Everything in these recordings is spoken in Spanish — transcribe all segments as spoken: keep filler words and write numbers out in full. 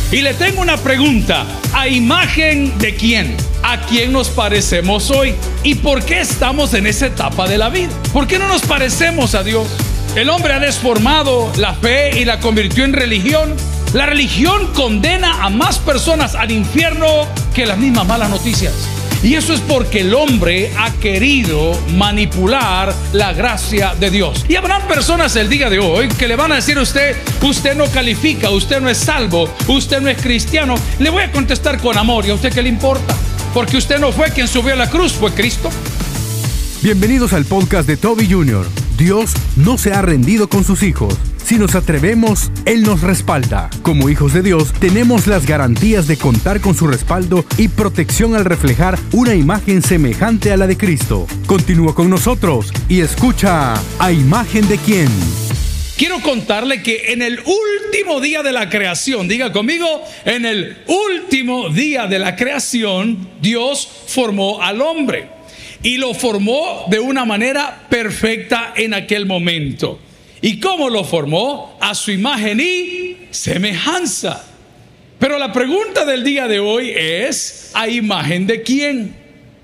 Y le tengo una pregunta: ¿a imagen de quién? ¿A quién nos parecemos hoy? ¿Y por qué estamos en esa etapa de la vida? ¿Por qué no nos parecemos a Dios? El hombre ha desformado la fe y la convirtió en religión. La religión condena a más personas al infierno que las mismas malas noticias. Y eso es porque el hombre ha querido manipular la gracia de Dios. Y habrán personas el día de hoy que le van a decir a usted: usted no califica, usted no es salvo, usted no es cristiano. Le voy a contestar con amor: ¿y a usted qué le importa? Porque usted no fue quien subió a la cruz, fue Cristo. Bienvenidos al podcast de Toby junior Dios no se ha rendido con sus hijos. Si nos atrevemos, Él nos respalda. Como hijos de Dios, tenemos las garantías de contar con su respaldo y protección al reflejar una imagen semejante a la de Cristo. Continúa con nosotros y escucha ¿A imagen de quién? Quiero contarle que en el último día de la creación, diga conmigo, en el último día de la creación, Dios formó al hombre. Y lo formó de una manera perfecta en aquel momento. ¿Y cómo lo formó? A su imagen y semejanza. Pero la pregunta del día de hoy es: ¿a imagen de quién?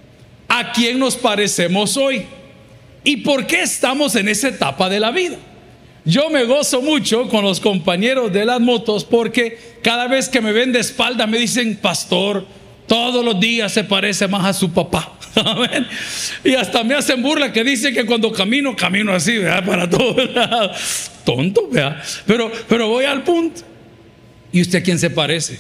¿A quién nos parecemos hoy? ¿Y por qué estamos en esa etapa de la vida? Yo me gozo mucho con los compañeros de las motos, porque cada vez que me ven de espalda me dicen: pastor, todos los días se parece más a su papá. Amén. Y hasta me hacen burla que dicen que cuando camino, camino así, ¿verdad? Para todos lados. Tonto, ¿verdad? Pero, pero voy al punto. ¿Y usted a quién se parece?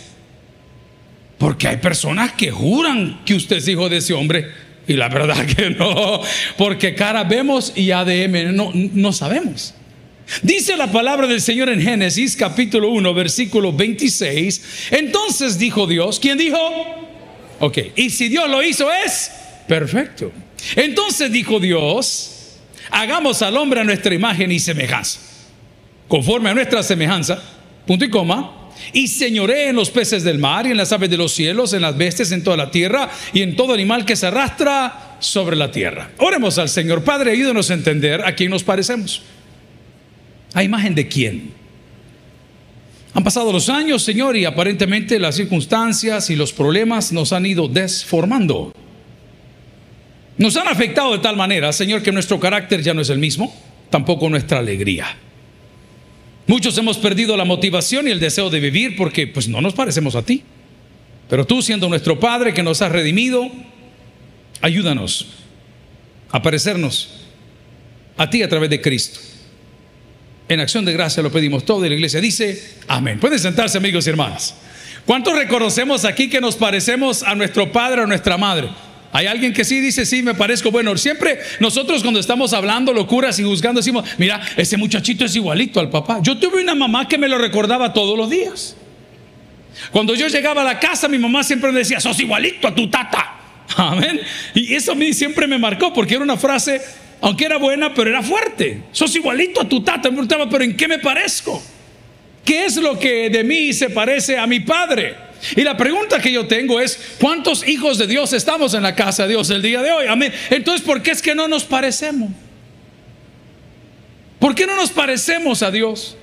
Porque hay personas que juran que usted es hijo de ese hombre, y la verdad que no, porque cara vemos y A D M no, no sabemos. Dice la palabra del Señor en Génesis capítulo uno versículo veintiséis. Entonces dijo Dios, ¿quién dijo? Ok, y si Dios lo hizo es perfecto. Entonces dijo Dios: hagamos al hombre a nuestra imagen y semejanza, conforme a nuestra semejanza, punto y coma, y señoree en los peces del mar y en las aves de los cielos, en las bestias, en toda la tierra y en todo animal que se arrastra sobre la tierra. Oremos al Señor. Padre, ayúdanos a entender a quién nos parecemos. ¿A imagen de quién? Han pasado los años, Señor, y aparentemente las circunstancias y los problemas nos han ido desformando. Nos han afectado de tal manera, Señor, que nuestro carácter ya no es el mismo, tampoco nuestra alegría. Muchos hemos perdido la motivación y el deseo de vivir porque pues no nos parecemos a ti. Pero tú, siendo nuestro Padre que nos has redimido, ayúdanos a parecernos a ti a través de Cristo. En acción de gracia lo pedimos todo, y la iglesia dice amén. Pueden sentarse, amigos y hermanas. ¿Cuántos reconocemos aquí que nos parecemos a nuestro padre o a nuestra madre? Hay alguien que sí dice: sí, me parezco. Bueno, siempre nosotros cuando estamos hablando locuras y juzgando decimos: mira, ese muchachito es igualito al papá. Yo tuve una mamá que me lo recordaba todos los días. Cuando yo llegaba a la casa, mi mamá siempre me decía: sos igualito a tu tata. Amén. Y eso a mí siempre me marcó, porque era una frase, aunque era buena, pero era fuerte. Sos igualito a tu tata. Me preguntaba: ¿pero en qué me parezco? ¿Qué es lo que de mí se parece a mi padre? Y la pregunta que yo tengo es: ¿cuántos hijos de Dios estamos en la casa de Dios el día de hoy? Amén. Entonces, ¿por qué es que no nos parecemos? ¿Por qué no nos parecemos a Dios?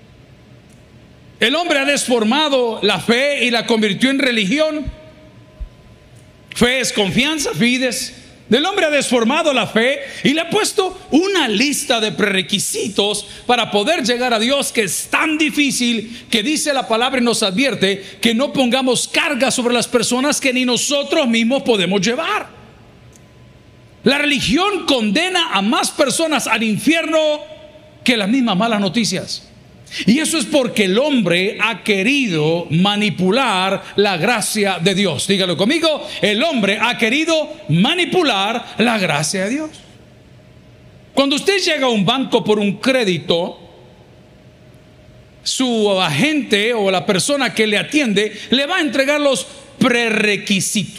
El hombre ha desformado la fe y la convirtió en religión. Fe es confianza, fides. El hombre ha desformado la fe y le ha puesto una lista de prerequisitos para poder llegar a Dios, que es tan difícil que dice la palabra y nos advierte que no pongamos carga sobre las personas que ni nosotros mismos podemos llevar. La religión condena a más personas al infierno que las mismas malas noticias. Y eso es porque el hombre ha querido manipular la gracia de Dios. Dígalo conmigo: el hombre ha querido manipular la gracia de Dios. Cuando usted llega a un banco por un crédito, su agente o la persona que le atiende le va a entregar los prerequisitos.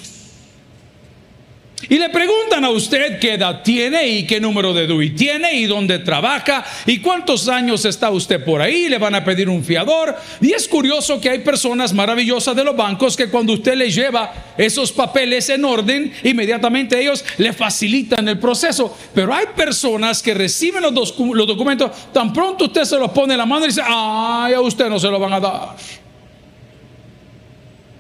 Y le preguntan a usted qué edad tiene y qué número de D U I tiene y dónde trabaja y cuántos años está usted por ahí. Le van a pedir un fiador. Y es curioso que hay personas maravillosas de los bancos que cuando usted les lleva esos papeles en orden, inmediatamente ellos le facilitan el proceso. Pero hay personas que reciben los, dos, los documentos, tan pronto usted se los pone en la mano y dice: ay, a usted no se lo van a dar.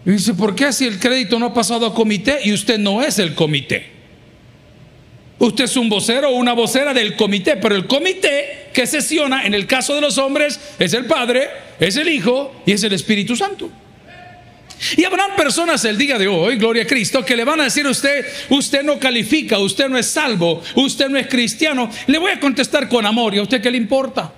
Y dice, ¿por qué si el crédito no ha pasado a comité y usted no es el comité? Usted es un vocero o una vocera del comité, pero el comité que sesiona en el caso de los hombres es el Padre, es el Hijo y es el Espíritu Santo. Y habrán personas el día de hoy, gloria a Cristo, que le van a decir a usted, usted no califica, usted no es salvo, usted no es cristiano. Le voy a contestar con amor, ¿y a usted qué le importa?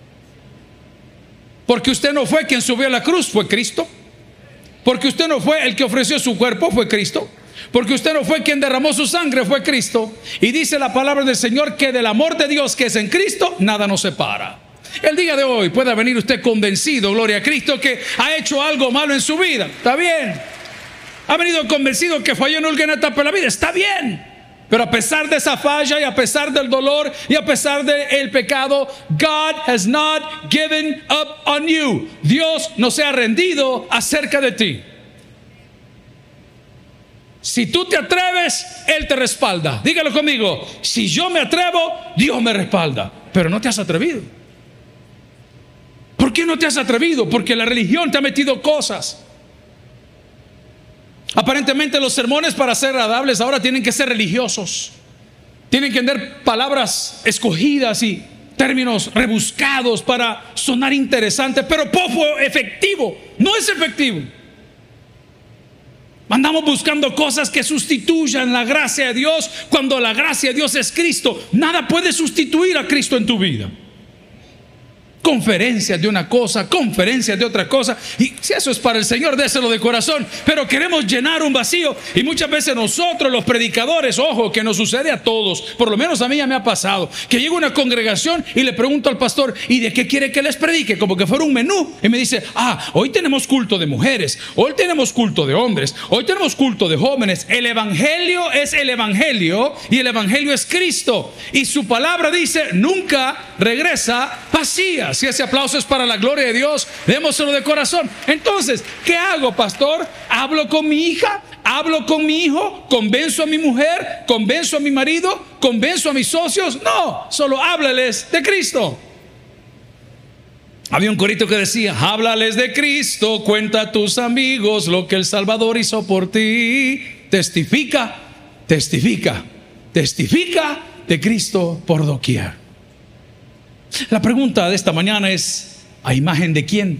Porque usted no fue quien subió a la cruz, fue Cristo. Porque usted no fue el que ofreció su cuerpo, fue Cristo. Porque usted no fue quien derramó su sangre, fue Cristo. Y dice la palabra del Señor que del amor de Dios que es en Cristo, nada nos separa. El día de hoy pueda venir usted convencido, gloria a Cristo, que ha hecho algo malo en su vida. Está bien. Ha venido convencido que falló en alguna etapa de la vida. Está bien. Pero a pesar de esa falla y a pesar del dolor y a pesar del pecado, God has not given up on you. Dios no se ha rendido acerca de ti. Si tú te atreves, Él te respalda. Dígalo conmigo. Si yo me atrevo, Dios me respalda. Pero no te has atrevido. ¿Por qué no te has atrevido? Porque la religión te ha metido cosas. Aparentemente los sermones, para ser agradables, ahora tienen que ser religiosos. Tienen que tener palabras escogidas y términos rebuscados para sonar interesantes, pero poco efectivo. No es efectivo. Andamos buscando cosas que sustituyan la gracia de Dios, cuando la gracia de Dios es Cristo. Nada puede sustituir a Cristo en tu vida. Conferencias de una cosa, conferencias de otra cosa. Y si eso es para el Señor, déselo de corazón. Pero queremos llenar un vacío. Y muchas veces nosotros, los predicadores, ojo, que nos sucede a todos, por lo menos a mí ya me ha pasado, que llego a una congregación y le pregunto al pastor, ¿y de qué quiere que les predique? Como que fuera un menú. Y me dice, ah, hoy tenemos culto de mujeres, hoy tenemos culto de hombres, hoy tenemos culto de jóvenes. El evangelio es el evangelio y el evangelio es Cristo. Y su palabra dice, nunca regresa vacía. Si ese aplauso es para la gloria de Dios, démoselo de corazón. Entonces, ¿qué hago, pastor? ¿Hablo con mi hija? ¿Hablo con mi hijo? ¿Convenzo a mi mujer? ¿Convenzo a mi marido? ¿Convenzo a mis socios? No, solo háblales de Cristo. Había un corito que decía, háblales de Cristo, cuenta a tus amigos lo que el Salvador hizo por ti. Testifica, testifica, testifica de Cristo por doquier. La pregunta de esta mañana es, ¿a imagen de quién?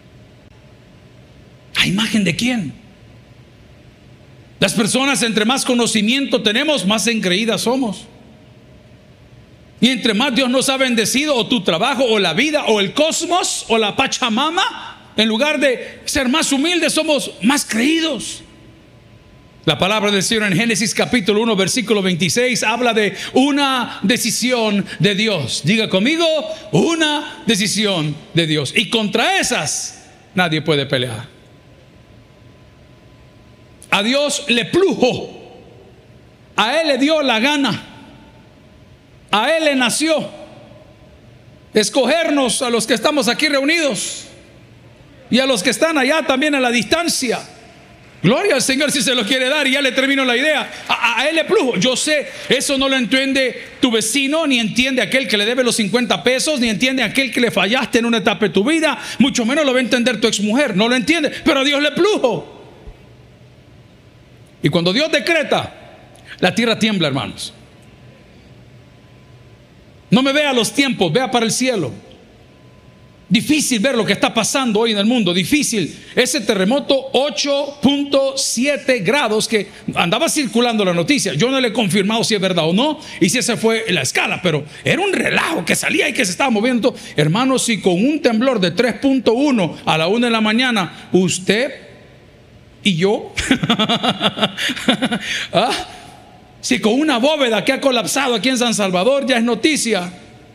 ¿A imagen de quién? Las personas, entre más conocimiento tenemos, más engreídas somos. Y entre más Dios nos ha bendecido, o tu trabajo, o la vida, o el cosmos, o la Pachamama, en lugar de ser más humildes, somos más creídos. La palabra del Señor en Génesis capítulo uno versículo veintiséis habla de una decisión de Dios. Diga conmigo, una decisión de Dios. Y contra esas nadie puede pelear. A Dios le plujo, a Él le dio la gana, a Él le nació escogernos a los que estamos aquí reunidos y a los que están allá también a la distancia. Gloria al Señor si se lo quiere dar. Y ya le termino la idea. A, a Él le plujo. Yo sé, eso no lo entiende tu vecino, ni entiende aquel que le debe los cincuenta pesos, ni entiende aquel que le fallaste en una etapa de tu vida, mucho menos lo va a entender tu exmujer. No lo entiende, pero a Dios le plujo. Y cuando Dios decreta, la tierra tiembla, hermanos. No me vea los tiempos, vea para el cielo. Difícil ver lo que está pasando hoy en el mundo, difícil. Ese terremoto ocho punto siete grados que andaba circulando la noticia, yo no le he confirmado si es verdad o no y si esa fue la escala, pero era un relajo que salía y que se estaba moviendo. Hermanos, si con un temblor de tres punto uno a la una de la mañana usted y yo ¿ah? Si con una bóveda que ha colapsado aquí en San Salvador ya es noticia,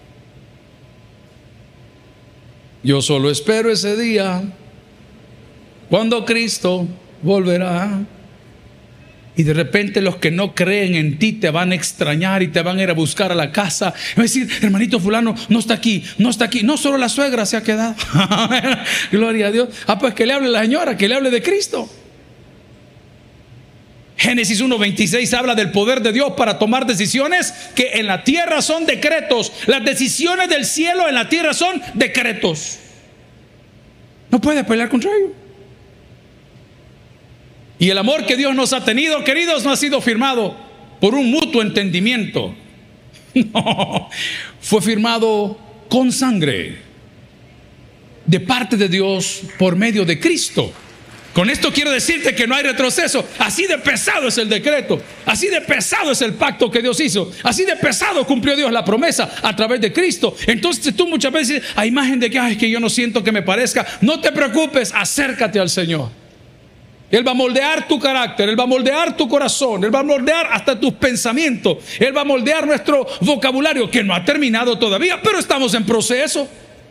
yo solo espero ese día cuando Cristo volverá. Y de repente los que no creen en ti te van a extrañar y te van a ir a buscar a la casa. Va a decir, hermanito fulano no está aquí, no está aquí. No, solo la suegra se ha quedado. Gloria a Dios. Ah, pues que le hable a la señora, que le hable de Cristo. Génesis uno veintiséis habla del poder de Dios para tomar decisiones que en la tierra son decretos. Las decisiones del cielo en la tierra son decretos. No puede pelear contra ellos. Y el amor que Dios nos ha tenido, queridos, no ha sido firmado por un mutuo entendimiento. No, fue firmado con sangre de parte de Dios por medio de Cristo. Con esto quiero decirte que no hay retroceso. Así de pesado es el decreto, así de pesado es el pacto que Dios hizo, así de pesado cumplió Dios la promesa a través de Cristo. Entonces tú muchas veces, a imagen de que, ay, es que yo no siento que me parezca, no te preocupes, acércate al Señor. Él va a moldear tu carácter, Él va a moldear tu corazón, Él va a moldear hasta tus pensamientos, Él va a moldear nuestro vocabulario, que no ha terminado todavía, pero estamos en proceso.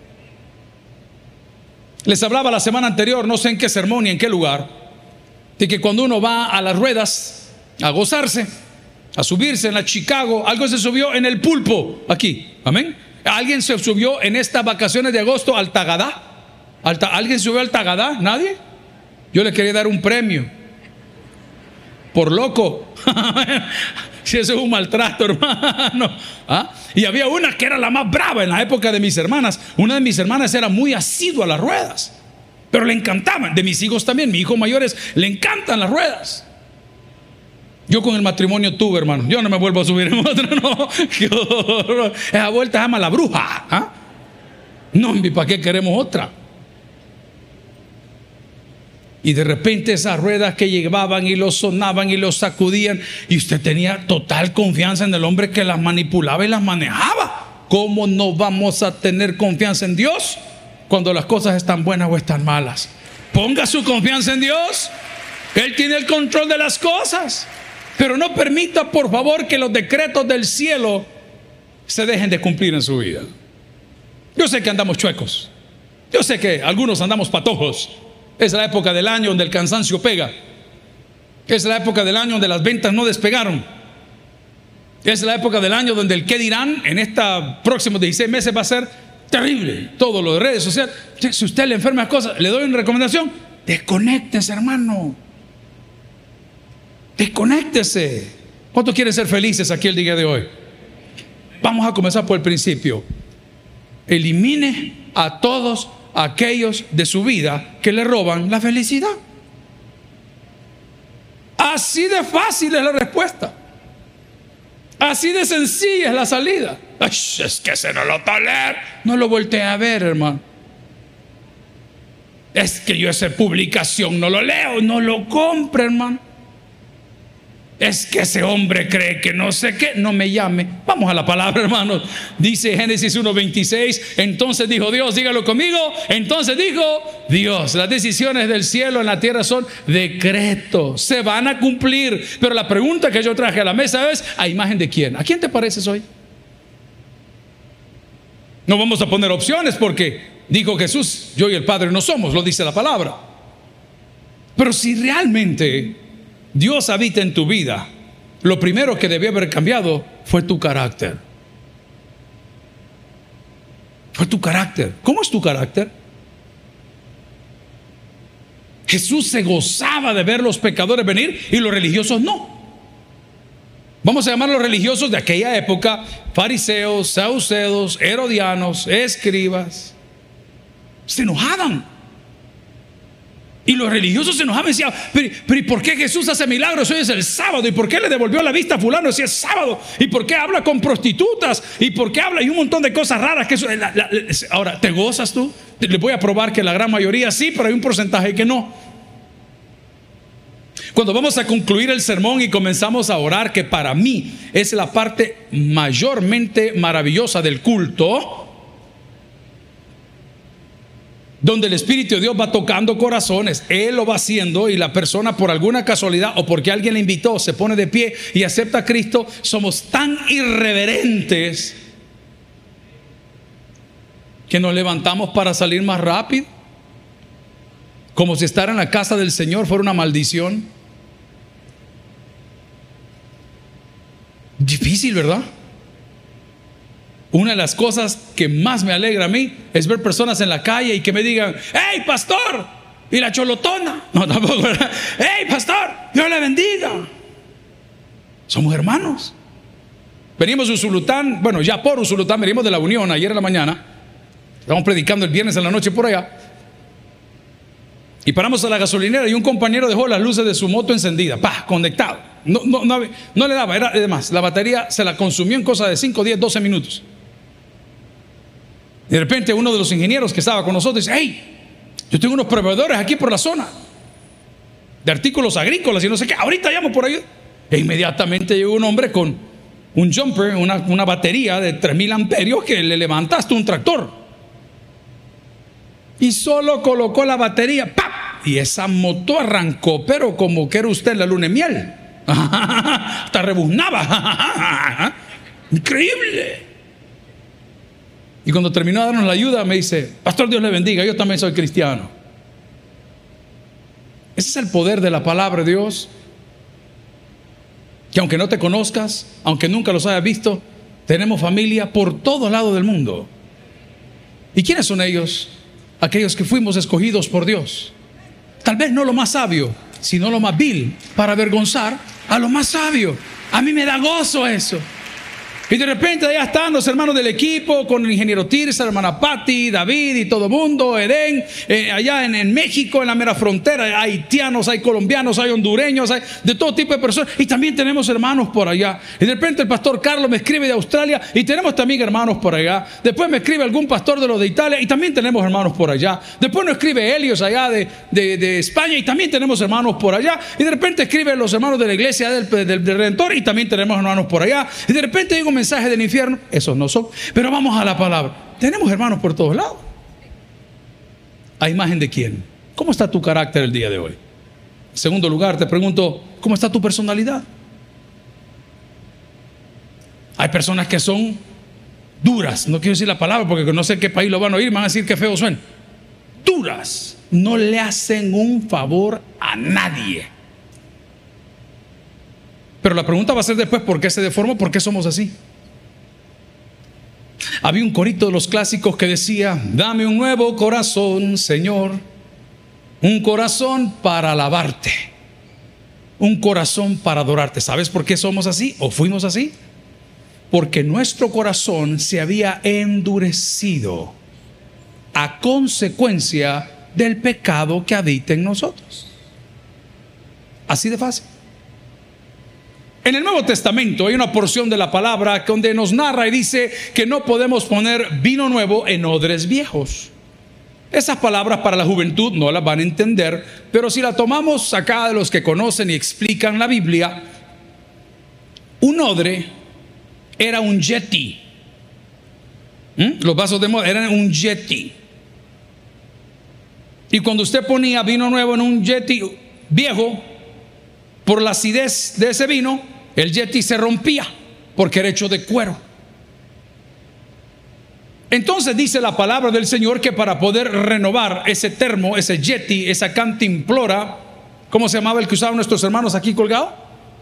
Les hablaba la semana anterior, no sé en qué sermón ni en qué lugar, de que cuando uno va a las ruedas a gozarse, a subirse en la Chicago, algo se subió en el Pulpo, aquí, amén. Alguien se subió en estas vacaciones de agosto al Tagadá. ¿Alguien subió al Tagadá? ¿Nadie? Yo le quería dar un premio por loco. Si eso es un maltrato, hermano. ¿Ah? Y había una que era la más brava en la época de mis hermanas. Una de mis hermanas era muy asidua a las ruedas, pero le encantaban. De mis hijos también, mis hijos mayores le encantan las ruedas. Yo con el matrimonio tuve, hermano. Yo no me vuelvo a subir en otra, no. Esa vuelta se llama la bruja. ¿Ah? No, ¿para qué queremos otra? Y de repente esas ruedas que llevaban y los sonaban y los sacudían, y usted tenía total confianza en el hombre que las manipulaba y las manejaba. ¿Cómo no vamos a tener confianza en Dios cuando las cosas están buenas o están malas? Ponga su confianza en Dios. Él tiene el control de las cosas. Pero no permita, por favor, que los decretos del cielo se dejen de cumplir en su vida. Yo sé que andamos chuecos, yo sé que algunos andamos patojos. Es la época del año donde el cansancio pega. Es la época del año donde las ventas no despegaron. Es la época del año donde el qué dirán en estos próximos dieciséis meses va a ser terrible. Todo lo de redes sociales. Si usted le enferma cosas, le doy una recomendación: desconéctese, hermano. Desconéctese. ¿Cuántos quieren ser felices aquí el día de hoy? Vamos a comenzar por el principio. Elimine a todos aquellos de su vida que le roban la felicidad. Así de fácil es la respuesta, así de sencilla es la salida. Ay, es que se no lo tolera. No lo voltee a ver, hermano. Es que yo esa publicación no lo leo. No lo compre, hermano. Es que ese hombre cree que no sé qué. No me llame. Vamos a la palabra, hermanos. Dice Génesis uno veintiséis. Entonces dijo Dios, dígalo conmigo. Entonces dijo Dios: las decisiones del cielo en la tierra son decretos, se van a cumplir. Pero la pregunta que yo traje a la mesa es: ¿a imagen de quién? ¿A quién te pareces hoy? No vamos a poner opciones porque dijo Jesús: yo y el Padre no somos, lo dice la palabra. Pero si realmente Dios habita en tu vida, lo primero que debió haber cambiado fue tu carácter. Fue tu carácter. ¿Cómo es tu carácter? Jesús se gozaba de ver los pecadores venir y los religiosos no. Vamos a llamar a los religiosos de aquella época fariseos, saduceos, herodianos, escribas. Se enojaban. Y los religiosos se enojaban y decían: pero, pero ¿y por qué Jesús hace milagros? Hoy es el sábado. ¿Y por qué le devolvió la vista a fulano si es sábado? ¿Y por qué habla con prostitutas? ¿Y por qué habla? Y un montón de cosas raras que eso, la, la, la, ahora, ¿te gozas tú? Le voy a probar que la gran mayoría sí, pero hay un porcentaje que no. Cuando vamos a concluir el sermón y comenzamos a orar, que para mí es la parte mayormente maravillosa del culto, donde el Espíritu de Dios va tocando corazones, Él lo va haciendo, y la persona, por alguna casualidad o porque alguien le invitó, se pone de pie y acepta a Cristo. Somos tan irreverentes que nos levantamos para salir más rápido, como si estar en la casa del Señor fuera una maldición. Difícil, ¿verdad? Una de las cosas que más me alegra a mí es ver personas en la calle y que me digan: ¡hey, pastor! Y la cholotona. No, tampoco, ¿verdad? ¡hey, pastor! Dios le bendiga. Somos hermanos. Venimos de Usulután, bueno, ya por Usulután, venimos de la Unión ayer en la mañana. Estamos predicando el viernes en la noche por allá. Y paramos a la gasolinera y un compañero dejó las luces de su moto encendidas, pa, conectado. No, no, no, no le daba, era además, la batería se la consumió en cosa de cinco, diez, doce minutos. Y de repente uno de los ingenieros que estaba con nosotros dice: hey, yo tengo unos proveedores aquí por la zona de artículos agrícolas y no sé qué, ahorita llamo por ahí. E inmediatamente llegó un hombre con un jumper, una, una batería de tres mil amperios que le levantaste un tractor. Y solo colocó la batería, ¡pap! Y esa moto arrancó, pero como que era usted en la luna de miel. Hasta rebuznaba. Increíble. Y cuando terminó de darnos la ayuda me dice: pastor, Dios le bendiga, yo también soy cristiano. Ese es el poder de la palabra de Dios. Que aunque no te conozcas, aunque nunca los hayas visto, tenemos familia por todos lados del mundo. ¿Y quiénes son ellos? Aquellos que fuimos escogidos por Dios. Tal vez no lo más sabio, sino lo más vil, para avergonzar a lo más sabio. A mí me da gozo eso. Y de repente allá están los hermanos del equipo, con el ingeniero Tirsa, la hermana Patti, David y todo el mundo, Edén, eh, allá en, en México, en la mera frontera, hay haitianos, hay colombianos, hay hondureños, hay de todo tipo de personas. Y también tenemos hermanos por allá. Y de repente el pastor Carlos me escribe de Australia y tenemos también hermanos por allá. Después me escribe algún pastor de los de Italia y también tenemos hermanos por allá. Después nos escribe Helios allá de, de, de España y también tenemos hermanos por allá. Y de repente escriben los hermanos de la iglesia del, del, del Redentor y también tenemos hermanos por allá. Y de repente digo mensaje del infierno, esos no son, pero vamos a la palabra. Tenemos hermanos por todos lados. ¿A imagen de quién? ¿Cómo está tu carácter el día de hoy? En segundo lugar, te pregunto, ¿cómo está tu personalidad? Hay personas que son duras, no quiero decir la palabra porque no sé qué país lo van a oír, me van a decir que feo suena. Duras, no le hacen un favor a nadie. Pero la pregunta va a ser después: ¿por qué se deforma? ¿Por qué somos así? Había un corito de los clásicos que decía: dame un nuevo corazón, Señor, un corazón para alabarte, un corazón para adorarte. ¿Sabes por qué somos así o fuimos así? Porque nuestro corazón se había endurecido a consecuencia del pecado que habita en nosotros. Así de fácil. En el Nuevo Testamento hay una porción de la palabra donde nos narra y dice que no podemos poner vino nuevo en odres viejos. Esas palabras para la juventud no las van a entender, pero si la tomamos acá de los que conocen y explican la Biblia, un odre era un yeti. ¿Mm? Los vasos de moda eran un yeti. Y cuando usted ponía vino nuevo en un yeti viejo, por la acidez de ese vino, el yeti se rompía porque era hecho de cuero. Entonces dice la palabra del Señor que para poder renovar ese termo, ese yeti, esa cantimplora, ¿cómo se llamaba el que usaban nuestros hermanos aquí colgado?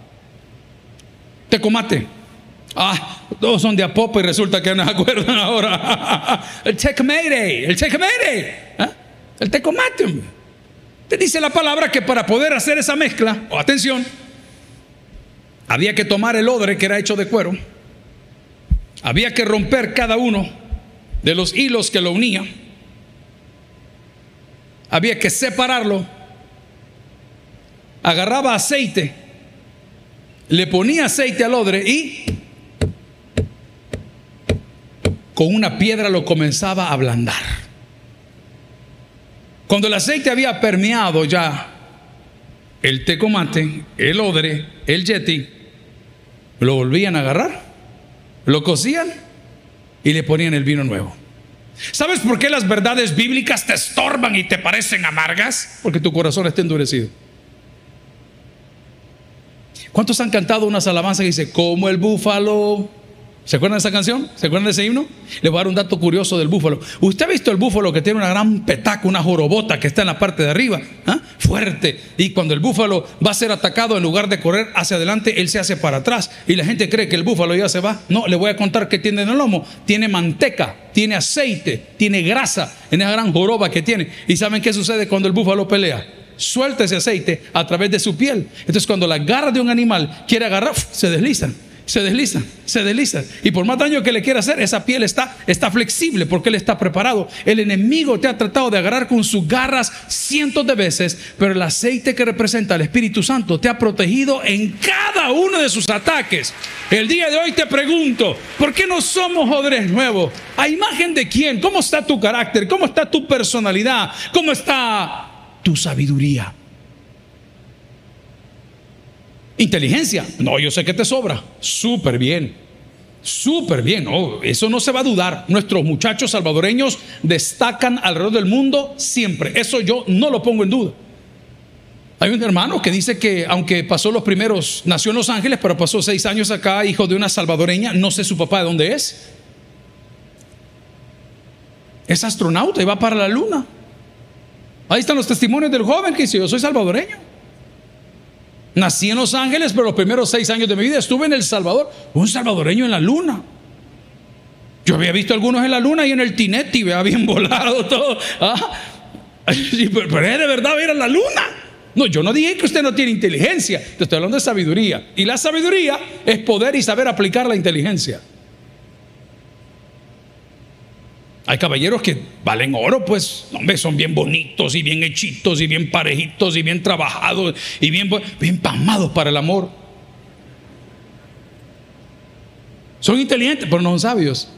Tecomate. Ah, todos son de Apopa y resulta que no se acuerdan ahora. El Tecomate, el Tecomate, ¿eh? El Tecomate. Te dice la palabra que para poder hacer esa mezcla, oh, atención, había que tomar el odre que era hecho de cuero, había que romper cada uno de los hilos que lo unía, había que separarlo, agarraba aceite, le ponía aceite al odre y con una piedra lo comenzaba a ablandar. Cuando el aceite había permeado ya el tecomate, el odre, el yeti, lo volvían a agarrar, lo cocían y le ponían el vino nuevo. ¿Sabes por qué las verdades bíblicas te estorban y te parecen amargas? Porque tu corazón está endurecido. ¿Cuántos han cantado unas alabanzas que dice como el búfalo? ¿Se acuerdan de esa canción? ¿Se acuerdan de ese himno? Les voy a dar un dato curioso del búfalo. ¿Usted ha visto el búfalo que tiene una gran petaca, una jorobota que está en la parte de arriba? ¿Ah? Fuerte. Y cuando el búfalo va a ser atacado, en lugar de correr hacia adelante, él se hace para atrás. Y la gente cree que el búfalo ya se va. No, le voy a contar qué tiene en el lomo. Tiene manteca, tiene aceite, tiene grasa en esa gran joroba que tiene. ¿Y saben qué sucede cuando el búfalo pelea? Suelta ese aceite a través de su piel. Entonces cuando la garra de un animal quiere agarrar, se deslizan. Se desliza, se desliza. Y por más daño que le quiera hacer, esa piel está, está flexible porque Él está preparado. El enemigo te ha tratado de agarrar con sus garras cientos de veces, pero el aceite que representa el Espíritu Santo te ha protegido en cada uno de sus ataques. El día de hoy te pregunto, ¿por qué no somos odres nuevos? ¿A imagen de quién? ¿Cómo está tu carácter? ¿Cómo está tu personalidad? ¿Cómo está tu sabiduría? Inteligencia, no, yo sé que te sobra. Súper bien, súper bien. No, eso no se va a dudar. Nuestros muchachos salvadoreños destacan alrededor del mundo siempre. Eso yo no lo pongo en duda. Hay un hermano que dice que aunque pasó los primeros, nació en Los Ángeles, pero pasó seis años acá, hijo de una salvadoreña. No sé su papá de dónde es. Es astronauta y va para la luna. Ahí están los testimonios del joven que dice: yo soy salvadoreño. Nací en Los Ángeles, pero los primeros seis años de mi vida estuve en El Salvador. Un salvadoreño en la luna. Yo había visto algunos en la luna y en el Tineti, vea, bien volado todo. ¿Ah? Pero, pero es de verdad ir a la luna. No, yo no dije que usted no tiene inteligencia. Te estoy hablando de sabiduría. Y la sabiduría es poder y saber aplicar la inteligencia. Hay caballeros que valen oro, pues, hombre, son bien bonitos y bien hechitos y bien parejitos y bien trabajados y bien, bien pasmados para el amor. Son inteligentes, pero no son sabios.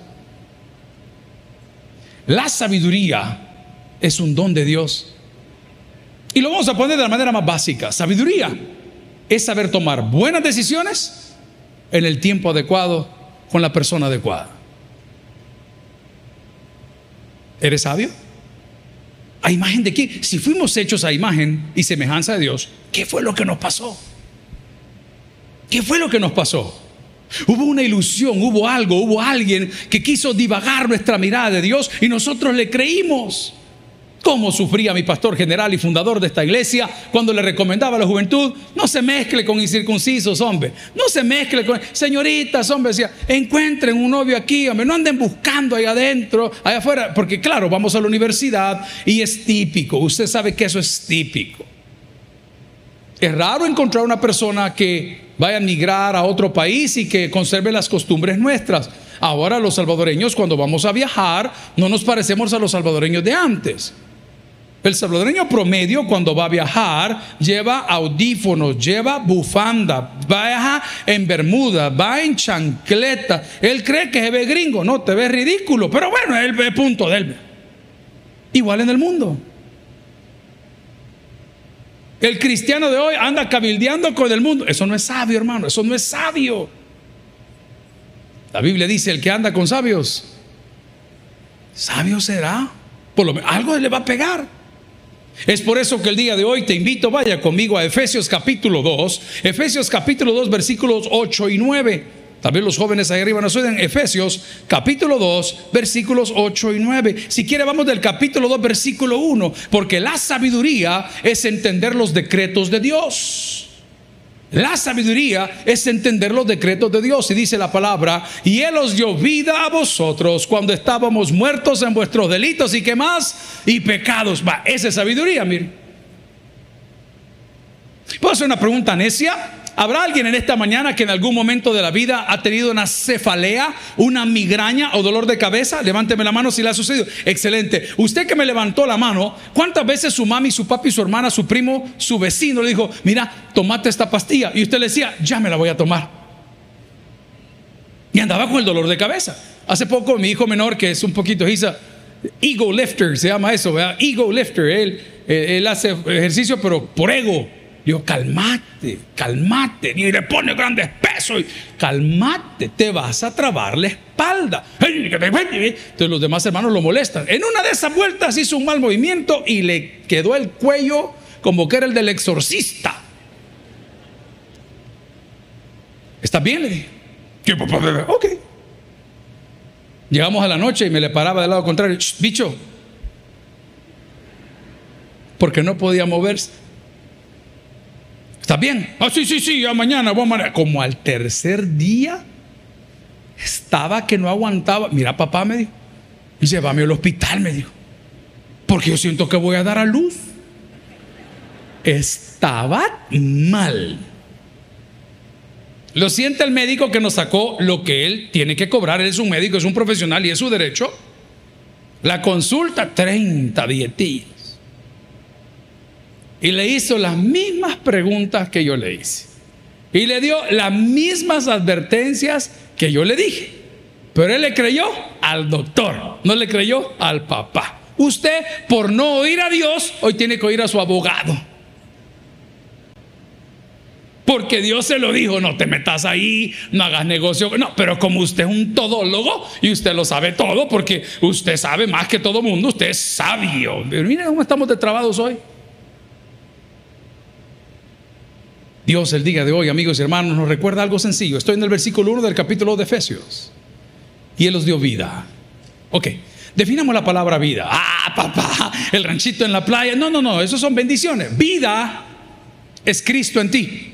La sabiduría es un don de Dios. Y lo vamos a poner de la manera más básica. Sabiduría es saber tomar buenas decisiones en el tiempo adecuado con la persona adecuada. ¿Eres sabio? ¿A imagen de quién? Si fuimos hechos a imagen y semejanza de Dios, ¿qué fue lo que nos pasó? ¿Qué fue lo que nos pasó? Hubo una ilusión, hubo algo, hubo alguien que quiso divagar nuestra mirada de Dios y nosotros le creímos. ¿Cómo sufría mi pastor general y fundador de esta iglesia cuando le recomendaba a la juventud: no se mezcle con incircuncisos, hombre, no se mezcle con señoritas, hombre? Decía: encuentren un novio aquí, hombre, no anden buscando ahí adentro, allá afuera, porque claro, vamos a la universidad y es típico, usted sabe que eso es típico. Es raro encontrar una persona que vaya a migrar a otro país y que conserve las costumbres nuestras. Ahora los salvadoreños, cuando vamos a viajar, no nos parecemos a los salvadoreños de antes. El salvadoreño promedio, cuando va a viajar, lleva audífonos, lleva bufanda, viaja en bermuda, va en chancleta. Él cree que se ve gringo. No, te ves ridículo, pero bueno, es el punto de él. Igual en el mundo. El cristiano de hoy anda cabildeando con el mundo. Eso no es sabio, hermano, eso no es sabio. La Biblia dice: el que anda con sabios, sabio será. Por lo menos algo le va a pegar. Es por eso que el día de hoy te invito, vaya conmigo a Efesios capítulo dos. Efesios capítulo dos, versículos ocho y nueve. También los jóvenes ahí arriba nos oyen. Efesios capítulo dos, versículos ocho y nueve. Si quiere, vamos del capítulo dos, versículo uno. Porque la sabiduría es entender los decretos de Dios. La sabiduría es entender los decretos de Dios. Y dice la palabra: y Él os dio vida a vosotros cuando estábamos muertos en vuestros delitos y qué más, y pecados. Va, esa es sabiduría, mire. ¿Puedo hacer una pregunta necia? ¿Habrá alguien en esta mañana que en algún momento de la vida ha tenido una cefalea, una migraña o dolor de cabeza? Levánteme la mano si le ha sucedido. Excelente. Usted que me levantó la mano, ¿cuántas veces su mami, su papi, su hermana, su primo, su vecino le dijo: mira, tomate esta pastilla? Y usted le decía: ya me la voy a tomar. Y andaba con el dolor de cabeza. Hace poco mi hijo menor, que es un poquito hisa, ego lifter se llama eso, ¿verdad? Ego lifter. Él, él hace ejercicio pero por ego. Digo: calmate, calmate. Y le pone grandes pesos. Calmate, te vas a trabar la espalda. Entonces los demás hermanos lo molestan. En una de esas vueltas hizo un mal movimiento y le quedó el cuello como que era el del exorcista. ¿Estás bien? Le dije. Ok. Llegamos a la noche y me le paraba del lado contrario. Bicho, porque no podía moverse. ¿Está bien? Ah, sí, sí, sí, ya mañana vamos a... Como al tercer día estaba que no aguantaba. Mira, papá, me dijo, llévame al hospital, me dijo, porque yo siento que voy a dar a luz. Estaba mal. Lo siente el médico que nos sacó lo que él tiene que cobrar. Él es un médico, es un profesional y es su derecho. La consulta, treinta dietillas. Y le hizo las mismas preguntas que yo le hice. Y le dio las mismas advertencias que yo le dije. Pero él le creyó al doctor, no le creyó al papá. Usted, por no oír a Dios, hoy tiene que oír a su abogado. Porque Dios se lo dijo, no te metas ahí, no hagas negocio. No, pero como usted es un todólogo y usted lo sabe todo, porque usted sabe más que todo mundo, usted es sabio. Pero mira cómo estamos destrabados hoy. Dios el día de hoy, amigos y hermanos, nos recuerda algo sencillo. Estoy en el versículo uno del capítulo de Efesios. Y Él os dio vida. Ok, definamos la palabra vida. Ah, papá, el ranchito en la playa. No, no, no, eso son bendiciones. Vida es Cristo en ti.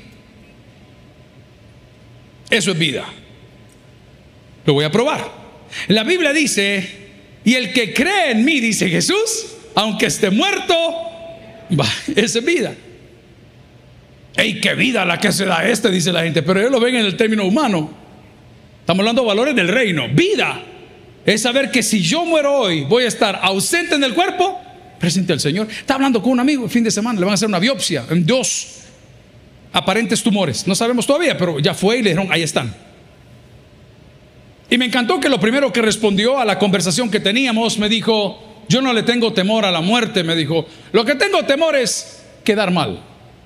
Eso es vida. Lo voy a probar. La Biblia dice, y el que cree en mí, dice Jesús, aunque esté muerto, va, esa es vida. ¡Ey, qué vida la que se da este! Dice la gente, pero ellos lo ven en el término humano. Estamos hablando de valores del reino. Vida es saber que si yo muero hoy, voy a estar ausente en el cuerpo, presente al Señor. Está hablando con un amigo el fin de semana, le van a hacer una biopsia en dos aparentes tumores. No sabemos todavía, pero ya fue y le dijeron, ahí están. Y me encantó que lo primero que respondió a la conversación que teníamos, me dijo, yo no le tengo temor a la muerte. Me dijo, lo que tengo temor es quedar mal.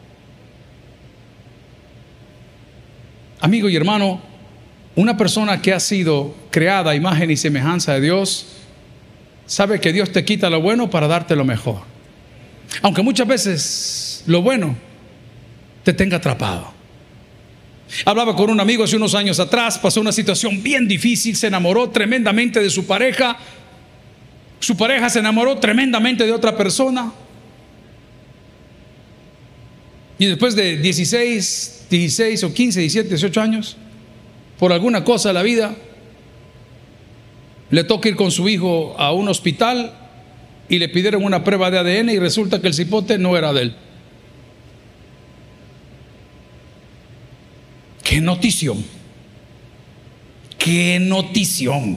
Amigo y hermano, una persona que ha sido creada a imagen y semejanza de Dios, sabe que Dios te quita lo bueno para darte lo mejor. Aunque muchas veces lo bueno te tenga atrapado. Hablaba con un amigo hace unos años atrás, pasó una situación bien difícil, se enamoró tremendamente de su pareja. Su pareja se enamoró tremendamente de otra persona. Y después de dieciséis, dieciséis o quince, diecisiete, dieciocho años, por alguna cosa de la vida, le toca ir con su hijo a un hospital y le pidieron una prueba de A D N y resulta que el cipote no era de él. ¡Qué notición! ¡Qué notición!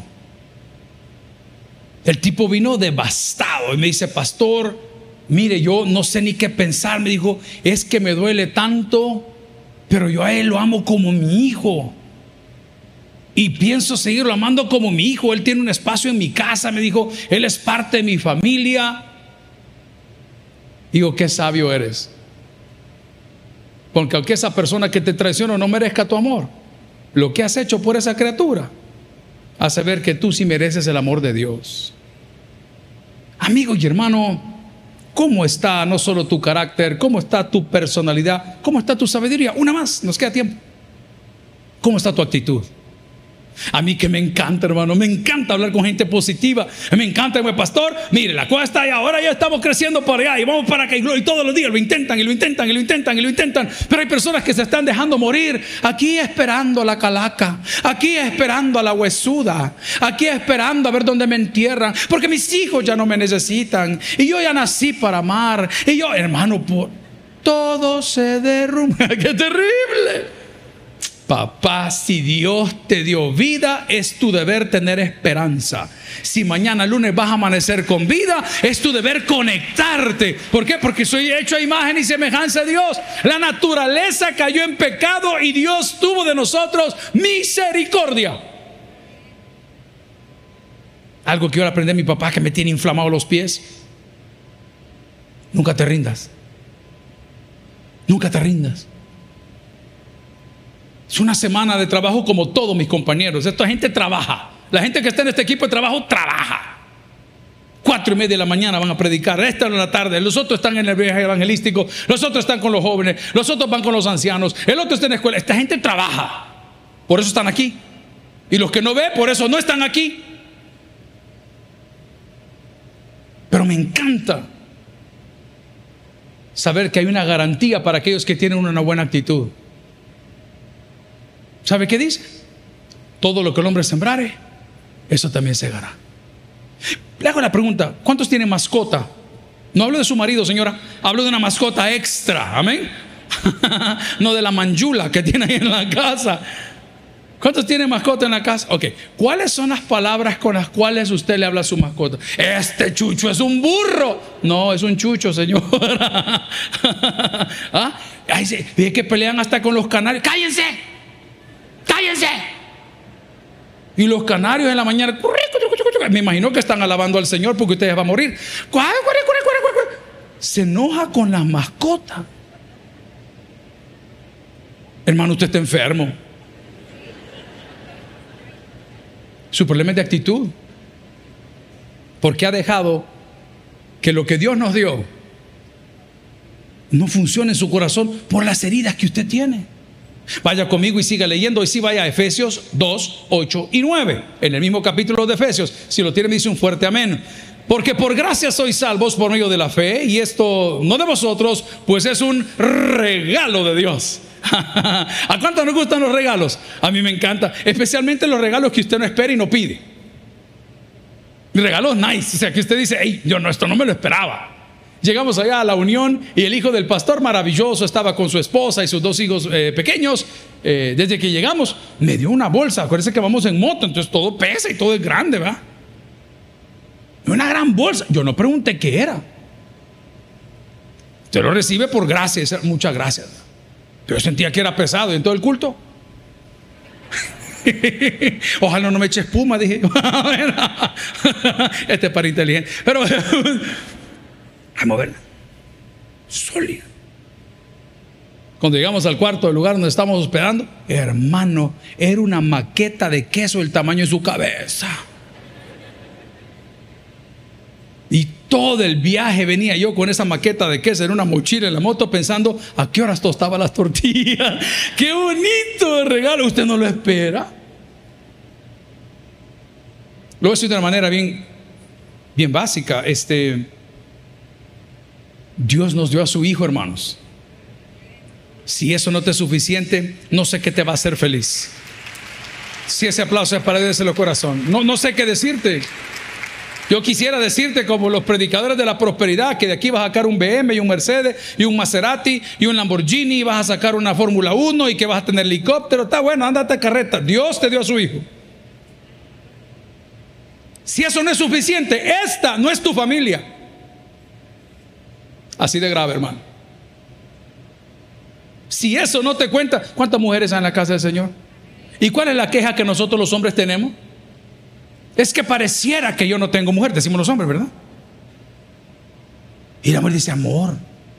El tipo vino devastado y me dice, pastor, mire, yo no sé ni qué pensar. Me dijo, es que me duele tanto, pero yo a él lo amo como mi hijo y pienso seguirlo amando como mi hijo. Él tiene un espacio en mi casa, me dijo, él es parte de mi familia. Digo, qué sabio eres, porque aunque esa persona que te traiciona no merezca tu amor, lo que has hecho por esa criatura hace ver que tú sí mereces el amor de Dios. Amigo y hermano, ¿cómo está no solo tu carácter, cómo está tu personalidad, cómo está tu sabiduría? Una más, nos queda tiempo. ¿Cómo está tu actitud? A mí que me encanta, hermano, me encanta hablar con gente positiva. Me encanta, mi pastor, mire, la cosa está ahí, ahora ya estamos creciendo para allá y vamos para acá, y todos los días lo intentan y lo intentan y lo intentan y lo intentan. Pero hay personas que se están dejando morir aquí esperando a la calaca, aquí esperando a la huesuda, aquí esperando a ver dónde me entierran, porque mis hijos ya no me necesitan y yo ya nací para amar. Y yo, hermano, por... todo se derrumba. ¡Qué terrible! Papá, si Dios te dio vida, es tu deber tener esperanza. Si mañana lunes vas a amanecer con vida, es tu deber conectarte. ¿Por qué? Porque soy hecho a imagen y semejanza de Dios. La naturaleza cayó en pecado y Dios tuvo de nosotros misericordia. Algo que yo aprendí a mi papá, que me tiene inflamados los pies. Nunca te rindas. Nunca te rindas. Es una semana de trabajo como todos mis compañeros. Esta gente trabaja. La gente que está en este equipo de trabajo trabaja. Cuatro y media de la mañana van a predicar. Esta en la tarde. Los otros están en el viaje evangelístico. Los otros están con los jóvenes. Los otros van con los ancianos. El otro está en la escuela. Esta gente trabaja. Por eso están aquí. Y los que no ven, por eso no están aquí. Pero me encanta saber que hay una garantía para aquellos que tienen una buena actitud. ¿Sabe qué dice? Todo lo que el hombre sembrare, eso también segará. Le hago la pregunta, ¿cuántos tienen mascota? No hablo de su marido, señora, hablo de una mascota extra, amén. No de la manjula que tiene ahí en la casa. ¿Cuántos tienen mascota en la casa? Ok, ¿cuáles son las palabras con las cuales usted le habla a su mascota? Este chucho es un burro. No, es un chucho, señora. ¿Ah? Ay, sí, es que pelean hasta con los canarios. ¡Cállense! ¡Cállense! Y los canarios en la mañana, me imagino que están alabando al Señor porque ustedes van a morir. Se enoja con las mascotas. Hermano, usted está enfermo. Su problema es de actitud, porque ha dejado que lo que Dios nos dio no funcione en su corazón por las heridas que usted tiene. Vaya conmigo y siga leyendo. Y sí, vaya a Efesios dos, ocho y nueve, en el mismo capítulo de Efesios. Si lo tiene, me dice un fuerte amén. Porque por gracia sois salvos por medio de la fe, y esto no de vosotros, pues es un regalo de Dios. ¿A cuántos nos gustan los regalos? A mí me encanta, especialmente los regalos que usted no espera y no pide. Regalos nice, o sea, que usted dice, hey, yo no, esto no me lo esperaba. Llegamos allá a la Unión y el hijo del pastor, maravilloso, estaba con su esposa y sus dos hijos eh, pequeños. eh, Desde que llegamos me dio una bolsa. Acuérdense que vamos en moto, entonces todo pesa y todo es grande, ¿verdad? Una gran bolsa. Yo no pregunté qué era. Usted lo recibe por gracia. Muchas gracias. Yo sentía que era pesado. ¿Y en todo el culto? Ojalá no me eche espuma, dije. Este es para inteligente. Pero vamos a verla. Sólida. Cuando llegamos al cuarto del lugar donde estábamos hospedando, hermano, era una maqueta de queso del tamaño de su cabeza. Y todo el viaje venía yo con esa maqueta de queso en una mochila en la moto, pensando a qué horas tostaban las tortillas. ¡Qué bonito regalo! Usted no lo espera. Lo voy a decir de una manera bien, bien básica. Este, Dios nos dio a su hijo, hermanos. Si eso no te es suficiente, no sé qué te va a hacer feliz. Si ese aplauso es para déselo corazón. No, no sé qué decirte. Yo quisiera decirte como los predicadores de la prosperidad, que de aquí vas a sacar un B M y un Mercedes y un Maserati y un Lamborghini, y vas a sacar una Fórmula uno y que vas a tener helicóptero. Está bueno, ándate a carreta. Dios te dio a su hijo. Si eso no es suficiente, esta no es tu familia. Así de grave, hermano. Si eso no te cuenta, ¿cuántas mujeres hay en la casa del Señor? ¿Y cuál es la queja que nosotros los hombres tenemos? Es que pareciera que yo no tengo mujer, decimos los hombres, ¿verdad? Y la mujer dice, amor,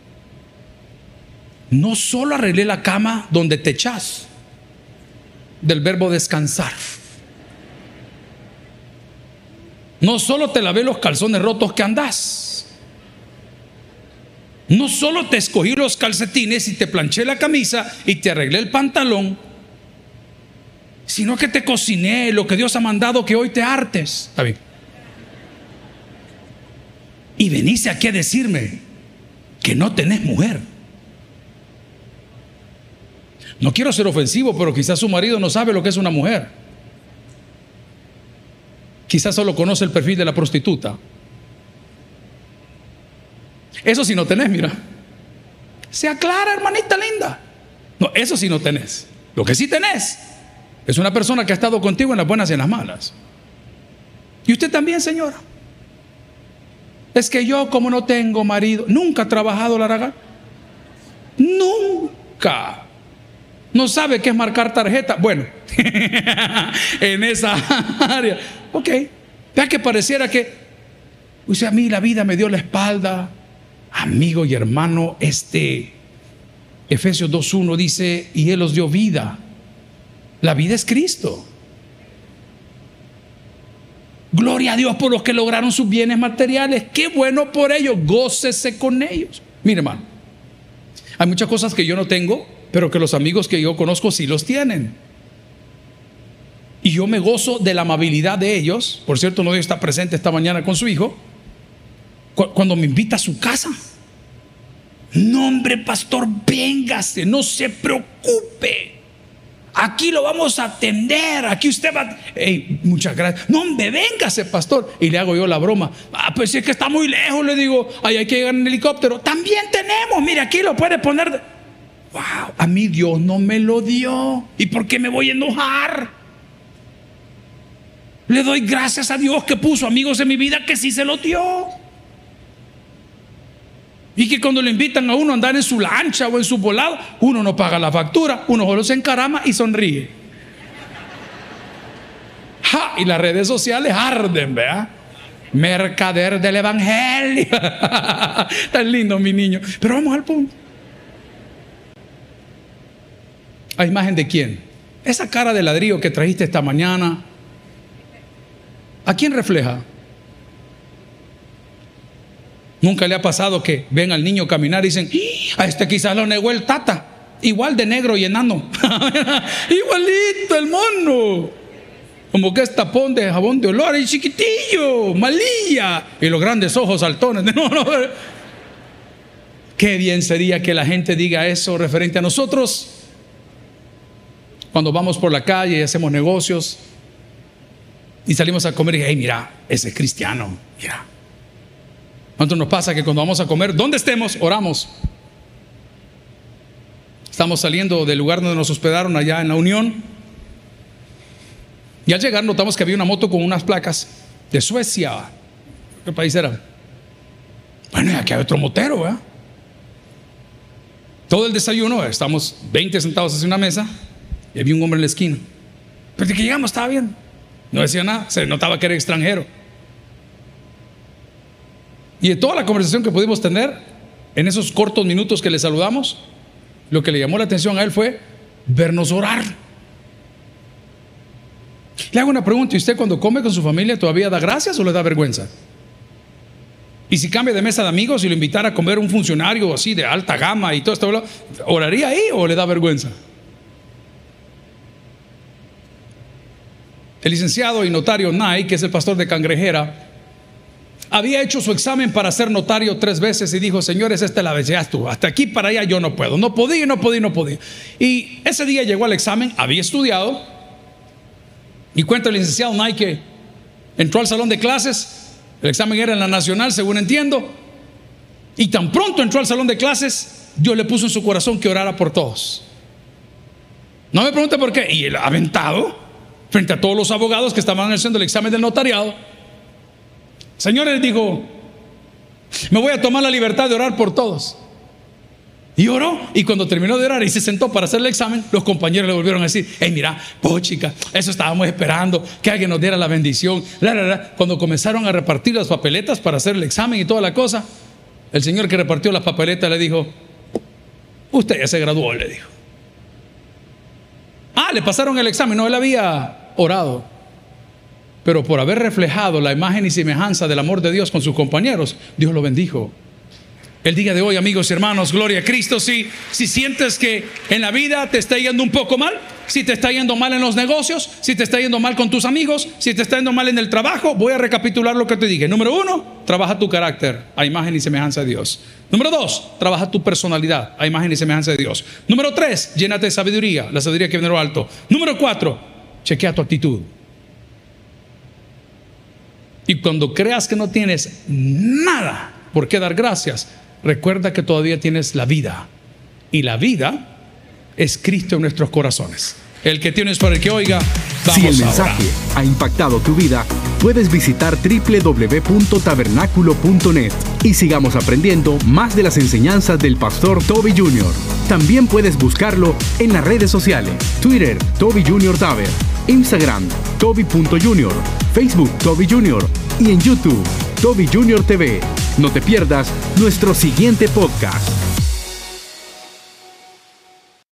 no solo arreglé la cama donde te echas, del verbo descansar. No solo te lavé los calzones rotos que andás. No solo te escogí los calcetines y te planché la camisa y te arreglé el pantalón, sino que te cociné lo que Dios ha mandado que hoy te hartes. Está bien. Y veniste aquí a decirme que no tenés mujer. No quiero ser ofensivo, pero quizás su marido no sabe lo que es una mujer. Quizás solo conoce el perfil de la prostituta. Eso sí no tenés, mira. Se aclara, hermanita linda. No, eso sí no tenés. Lo que sí tenés es una persona que ha estado contigo en las buenas y en las malas. Y usted también, señora. Es que yo, como no tengo marido, nunca ha trabajado la raga. Nunca. No sabe qué es marcar tarjeta. Bueno, en esa área. Ok. Vea que pareciera que, o sea, a mí la vida me dio la espalda. Amigo y hermano, este Efesios dos uno dice, y Él os dio vida. La vida es Cristo. Gloria a Dios por los que lograron sus bienes materiales. Qué bueno por ellos. Gócese con ellos. Mire, hermano, hay muchas cosas que yo no tengo, pero que los amigos que yo conozco sí los tienen. Y yo me gozo de la amabilidad de ellos. Por cierto, no está presente esta mañana con su hijo. Cuando me invita a su casa. No, hombre, pastor, véngase, no se preocupe. Aquí lo vamos a atender. Aquí usted va. Hey, muchas gracias. No, hombre, véngase, pastor. Y le hago yo la broma. Ah, pues si es que está muy lejos, le digo, ahí hay que llegar en helicóptero. También tenemos, mire, aquí lo puede poner. wow, a mí Dios no me lo dio. ¿Y por qué me voy a enojar? Le doy gracias a Dios que puso amigos en mi vida que sí se los dio. Y que cuando le invitan a uno a andar en su lancha o en su volado, uno no paga la factura, uno solo se encarama y sonríe. ¡Ja! Y las redes sociales arden, ¿verdad? Mercader del evangelio. Tan lindo, mi niño. Pero vamos al punto. ¿A imagen de quién? Esa cara de ladrillo que trajiste esta mañana, ¿a quién refleja? ¿Nunca le ha pasado que ven al niño caminar y dicen, a este quizás lo negó el tata, igual de negro y enano? Igualito el mono, como que es tapón de jabón de olor y chiquitillo, malilla, y los grandes ojos saltones. No, no. Qué bien sería que la gente diga eso referente a nosotros cuando vamos por la calle y hacemos negocios y salimos a comer y hey, mira, ese es cristiano, mira. ¿Cuánto nos pasa que cuando vamos a comer, donde estemos, oramos? Estamos saliendo del lugar donde nos hospedaron allá en La Unión, y al llegar notamos que había una moto con unas placas de Suecia. ¿Qué país era? Bueno, y aquí hay otro motero, ¿verdad? Todo el desayuno, estamos veinte sentados hacia una mesa y había un hombre en la esquina. Pero de que llegamos estaba bien, no decía nada, se notaba que era extranjero. Y de toda la conversación que pudimos tener en esos cortos minutos que le saludamos, lo que le llamó la atención a él fue vernos orar. Le hago una pregunta: ¿y usted cuando come con su familia todavía da gracias o le da vergüenza? Y si cambia de mesa de amigos y lo invitara a comer un funcionario así de alta gama y todo esto, ¿oraría ahí o le da vergüenza? El licenciado y notario Nay, que es el pastor de Cangrejera, había hecho su examen para ser notario tres veces y dijo: señores, esta es la vez, ya estuvo, hasta aquí para allá yo no puedo, no podía, no podía, no podía. Y ese día llegó al examen, había estudiado, y cuenta el licenciado Nay que entró al salón de clases. El examen era en la Nacional, según entiendo, y tan pronto entró al salón de clases, Dios le puso en su corazón que orara por todos. No me pregunte por qué. Y él aventado frente a todos los abogados que estaban haciendo el examen del notariado, señores, dijo: me voy a tomar la libertad de orar por todos. Y oró, y cuando terminó de orar y se sentó para hacer el examen, los compañeros le volvieron a decir: hey, mira, pues chica, eso estábamos esperando, que alguien nos diera la bendición. La, la, la. Cuando comenzaron a repartir las papeletas para hacer el examen y toda la cosa, el señor que repartió las papeletas le dijo: usted ya se graduó, le dijo. Ah, le pasaron el examen. No, él había orado, pero por haber reflejado la imagen y semejanza del amor de Dios con sus compañeros, Dios lo bendijo. El día de hoy, amigos y hermanos, gloria a Cristo. Si, si sientes que en la vida te está yendo un poco mal, si te está yendo mal en los negocios, si te está yendo mal con tus amigos, si te está yendo mal en el trabajo, voy a recapitular lo que te dije. Número uno, trabaja tu carácter a imagen y semejanza de Dios. Número dos, trabaja tu personalidad a imagen y semejanza de Dios. Número tres, llénate de sabiduría, la sabiduría que viene de lo alto. Número cuatro, chequea tu actitud. Y cuando creas que no tienes nada por qué dar gracias, recuerda que todavía tienes la vida, y la vida es Cristo en nuestros corazones. El que tienes para el que oiga, vamos. Si el mensaje ahora ha impactado tu vida, puedes visitar doble u doble u doble u punto tabernáculo punto net y sigamos aprendiendo más de las enseñanzas del pastor Toby junior También puedes buscarlo en las redes sociales: Twitter, Toby junior Taber, Instagram, Toby punto junior, Facebook, Toby junior y en YouTube, Toby junior T V. No te pierdas nuestro siguiente podcast.